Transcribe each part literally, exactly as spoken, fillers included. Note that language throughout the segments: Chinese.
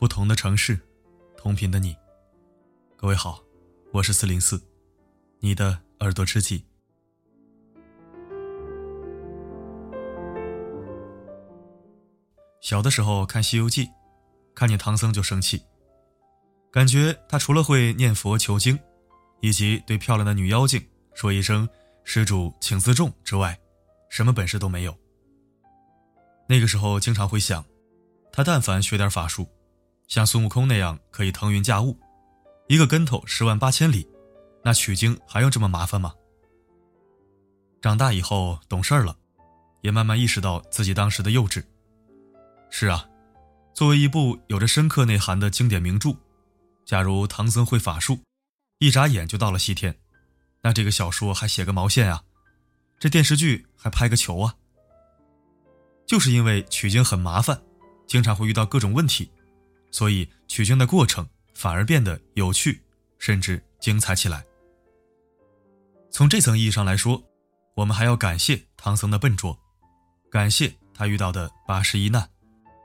不同的城市，同频的你。各位好，我是四零四，你的耳朵知己。小的时候看《西游记》，看见唐僧就生气，感觉他除了会念佛求经，以及对漂亮的女妖精说一声施主请自重之外，什么本事都没有。那个时候经常会想，他但凡学点法术，像孙悟空那样可以腾云驾雾，一个跟头十万八千里，那取经还用这么麻烦吗？长大以后懂事了，也慢慢意识到自己当时的幼稚。是啊，作为一部有着深刻内涵的经典名著，假如唐僧会法术，一眨眼就到了西天，那这个小说还写个毛线啊？这电视剧还拍个球啊？就是因为取经很麻烦，经常会遇到各种问题，所以取经的过程反而变得有趣，甚至精彩起来。从这层意义上来说，我们还要感谢唐僧的笨拙，感谢他遇到的八十一难。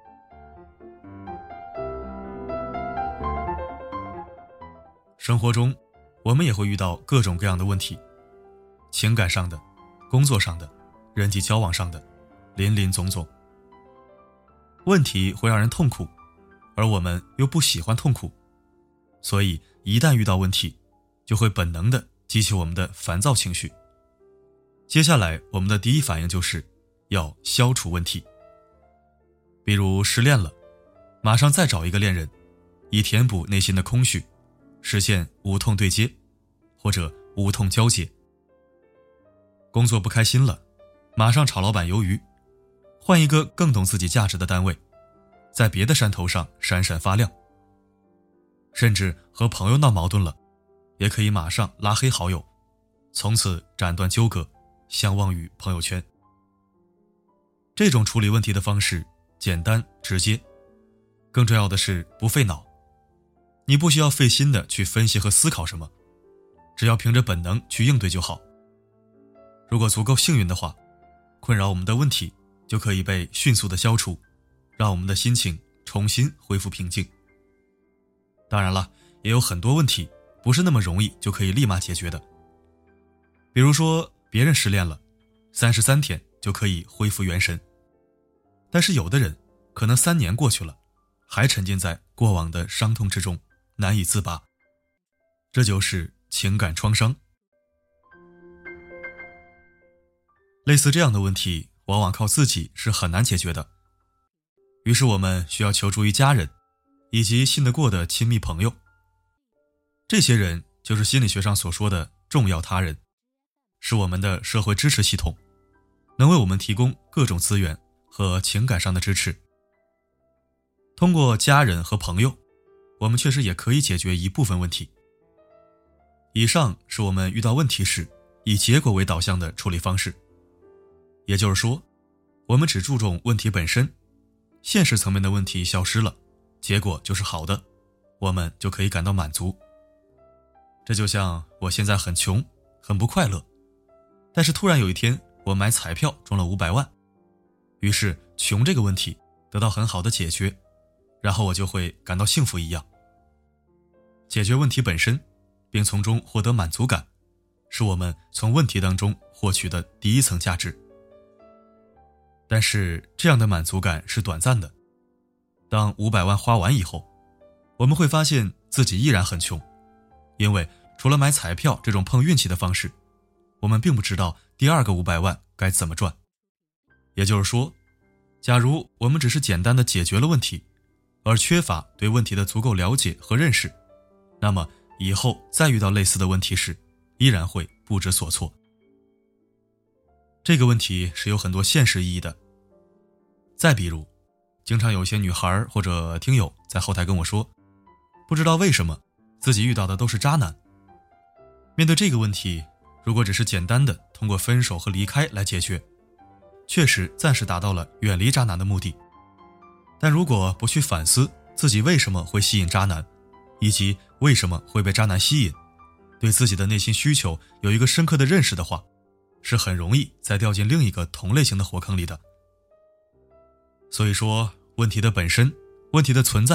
生活中，我们也会遇到各种各样的问题，情感上的、工作上的、人际交往上的，林林总总。问题会让人痛苦，而我们又不喜欢痛苦，所以一旦遇到问题，就会本能地激起我们的烦躁情绪。接下来我们的第一反应就是要消除问题。比如失恋了，马上再找一个恋人，以填补内心的空虚，实现无痛对接，或者无痛交接。工作不开心了，马上炒老板鱿鱼，换一个更懂自己价值的单位，在别的山头上闪闪发亮。甚至和朋友闹矛盾了，也可以马上拉黑好友，从此斩断纠葛，相忘于朋友圈。这种处理问题的方式简单直接，更重要的是不费脑。你不需要费心的去分析和思考什么，只要凭着本能去应对就好。如果足够幸运的话，困扰我们的问题就可以被迅速的消除，让我们的心情重新恢复平静。当然了，也有很多问题不是那么容易就可以立马解决的。比如说别人失恋了，三十三天就可以恢复元神，但是有的人可能三年过去了，还沉浸在过往的伤痛之中，难以自拔。这就是情感创伤。类似这样的问题，往往靠自己是很难解决的。于是我们需要求助于家人，以及信得过的亲密朋友。这些人就是心理学上所说的重要他人，是我们的社会支持系统，能为我们提供各种资源和情感上的支持。通过家人和朋友，我们确实也可以解决一部分问题。以上是我们遇到问题时以结果为导向的处理方式。也就是说，我们只注重问题本身，现实层面的问题消失了，结果就是好的，我们就可以感到满足。这就像我现在很穷，很不快乐，但是突然有一天我买彩票中了五百万，于是穷这个问题得到很好的解决，然后我就会感到幸福一样。解决问题本身，并从中获得满足感，是我们从问题当中获取的第一层价值。但是这样的满足感是短暂的，当五百万花完以后，我们会发现自己依然很穷，因为除了买彩票这种碰运气的方式，我们并不知道第二个五百万该怎么赚。也就是说，假如我们只是简单的解决了问题，而缺乏对问题的足够了解和认识，那么以后再遇到类似的问题时，依然会不知所措。这个问题是有很多现实意义的。再比如，经常有些女孩或者听友在后台跟我说，不知道为什么自己遇到的都是渣男。面对这个问题，如果只是简单的通过分手和离开来解决，确实暂时达到了远离渣男的目的。但如果不去反思自己为什么会吸引渣男，以及为什么会被渣男吸引，对自己的内心需求有一个深刻的认识的话，是很容易再掉进另一个同类型的火坑里的。所以说，问题的本身，问题的存在，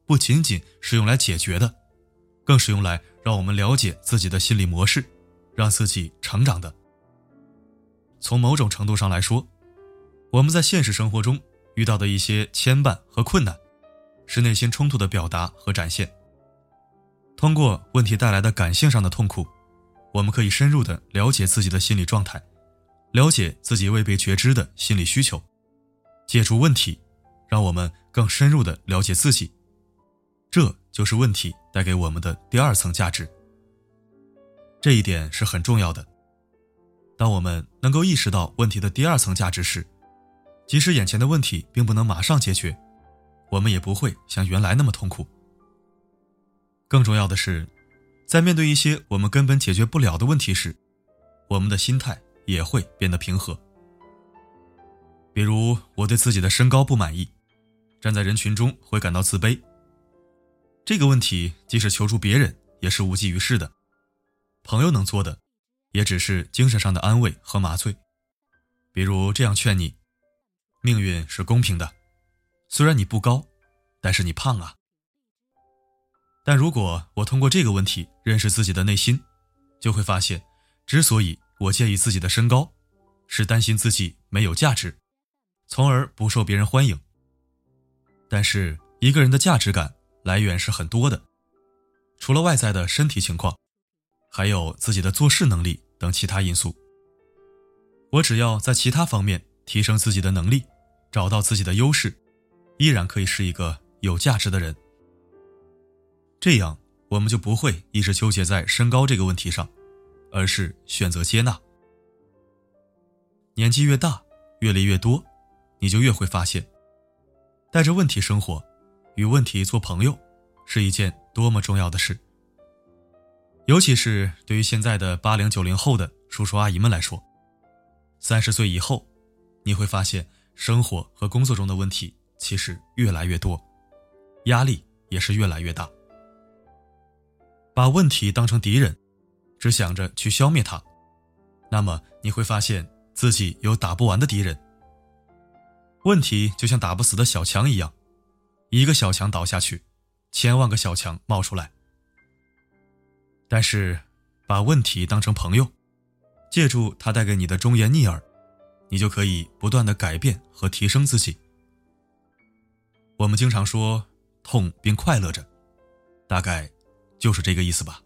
不仅仅是用来解决的，更是用来让我们了解自己的心理模式，让自己成长的。从某种程度上来说，我们在现实生活中遇到的一些牵绊和困难，是内心冲突的表达和展现。通过问题带来的感性上的痛苦，我们可以深入地了解自己的心理状态，了解自己未被觉知的心理需求，借助问题，让我们更深入地了解自己。这就是问题带给我们的第二层价值。这一点是很重要的。当我们能够意识到问题的第二层价值时，即使眼前的问题并不能马上解决，我们也不会像原来那么痛苦。更重要的是，在面对一些我们根本解决不了的问题时，我们的心态也会变得平和。比如我对自己的身高不满意，站在人群中会感到自卑。这个问题即使求助别人也是无济于事的，朋友能做的也只是精神上的安慰和麻醉。比如这样劝你，命运是公平的，虽然你不高，但是你胖啊。但如果我通过这个问题认识自己的内心，就会发现，之所以我介意自己的身高，是担心自己没有价值，从而不受别人欢迎。但是一个人的价值感来源是很多的，除了外在的身体情况，还有自己的做事能力等其他因素。我只要在其他方面提升自己的能力，找到自己的优势，依然可以是一个有价值的人。这样我们就不会一直纠结在身高这个问题上，而是选择接纳。年纪越大，阅历越多，你就越会发现，带着问题生活，与问题做朋友，是一件多么重要的事。尤其是对于现在的八零九零后的叔叔阿姨们来说，三十岁以后，你会发现生活和工作中的问题其实越来越多，压力也是越来越大。把问题当成敌人，只想着去消灭它，那么你会发现自己有打不完的敌人。问题就像打不死的小强一样，一个小强倒下去，千万个小强冒出来。但是把问题当成朋友，借助它带给你的忠言逆耳，你就可以不断地改变和提升自己。我们经常说痛并快乐着，大概就是这个意思吧。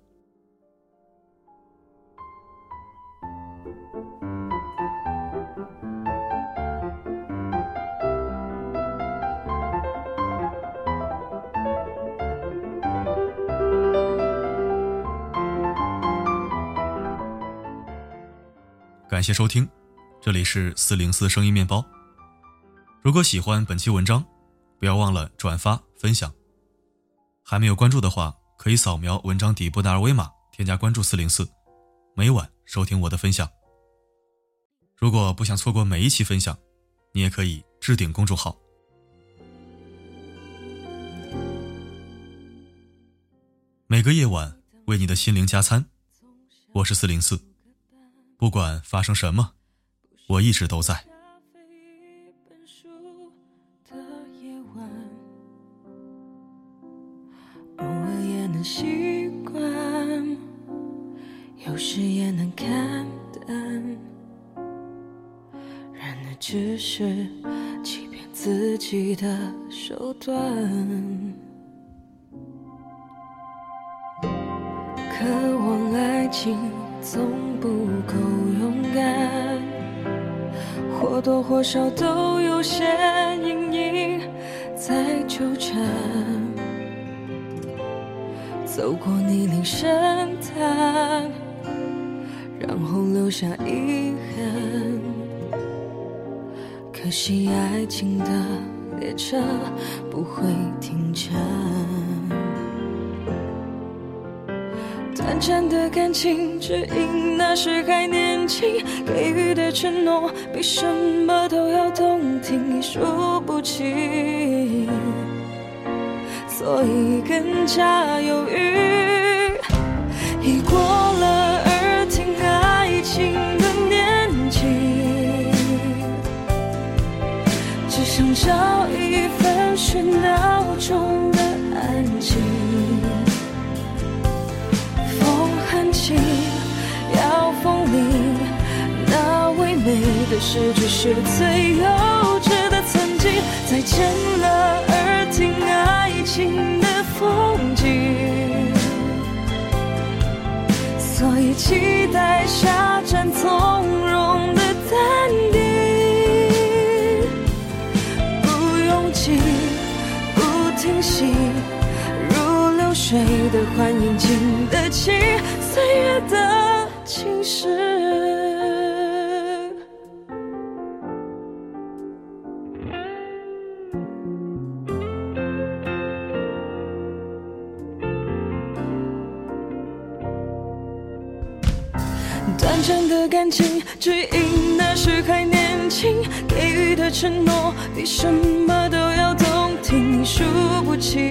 感谢收听，这里是四零四声音面包。如果喜欢本期文章，不要忘了转发分享。还没有关注的话，可以扫描文章底部的二维码，添加关注四零四，每晚收听我的分享。如果不想错过每一期分享，你也可以置顶公众号。每个夜晚为你的心灵加餐，我是四零四。不管发生什么，我一直都在。 偶尔也能习惯，有时也能看淡，然而只是欺骗自己的手段。渴望爱情总不够勇敢，或多或少都有些阴影在纠缠，走过泥泞深潭，然后留下遗憾。可惜爱情的列车不会停站，短暂的感情只因那时还年轻，给予的承诺比什么都要动听，数不清，所以更加犹豫。已过了耳听爱情的年纪，只想找一份喧闹中的安诗句是最幼稚的曾经，再见了耳听爱情的风景，所以期待下站从容的淡定，不拥挤不停息，如流水的欢迎，经得起岁月的侵蚀。短暂的感情，只因那时还年轻，给予的承诺比什么都要动听，你输不起，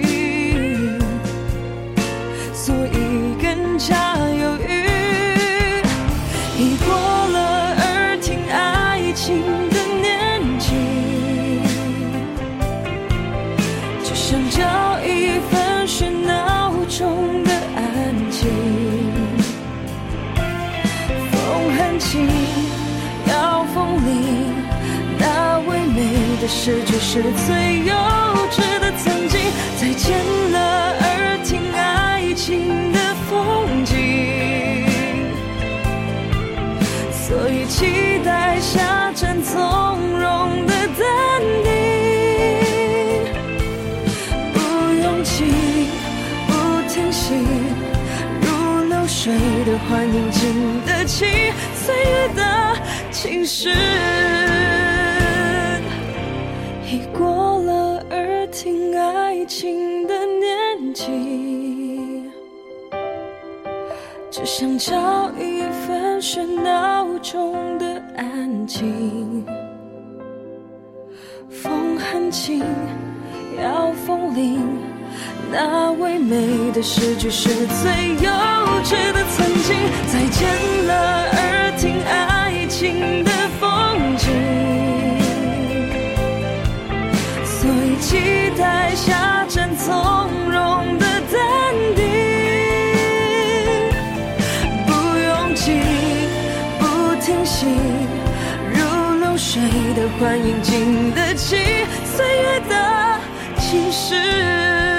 所以更加犹豫。已过了耳听爱情的年纪，只想找一份喧闹中的安静。很轻，要风铃，那唯美的诗句是最幼稚的曾经，再见了耳听爱情的风景，所以期待下站从容的淡定，不拥挤不停息，如流水的欢迎，经得起岁月的侵蚀。已过了耳听爱情的年纪，只想找一份喧闹中的安静。风很轻，要风铃，那唯美的诗句是最幼稚的曾经，再见了耳听爱情的风景，所以期待下站从容的淡定，不拥挤不停息，如流水的欢迎，经得起岁月的侵蚀。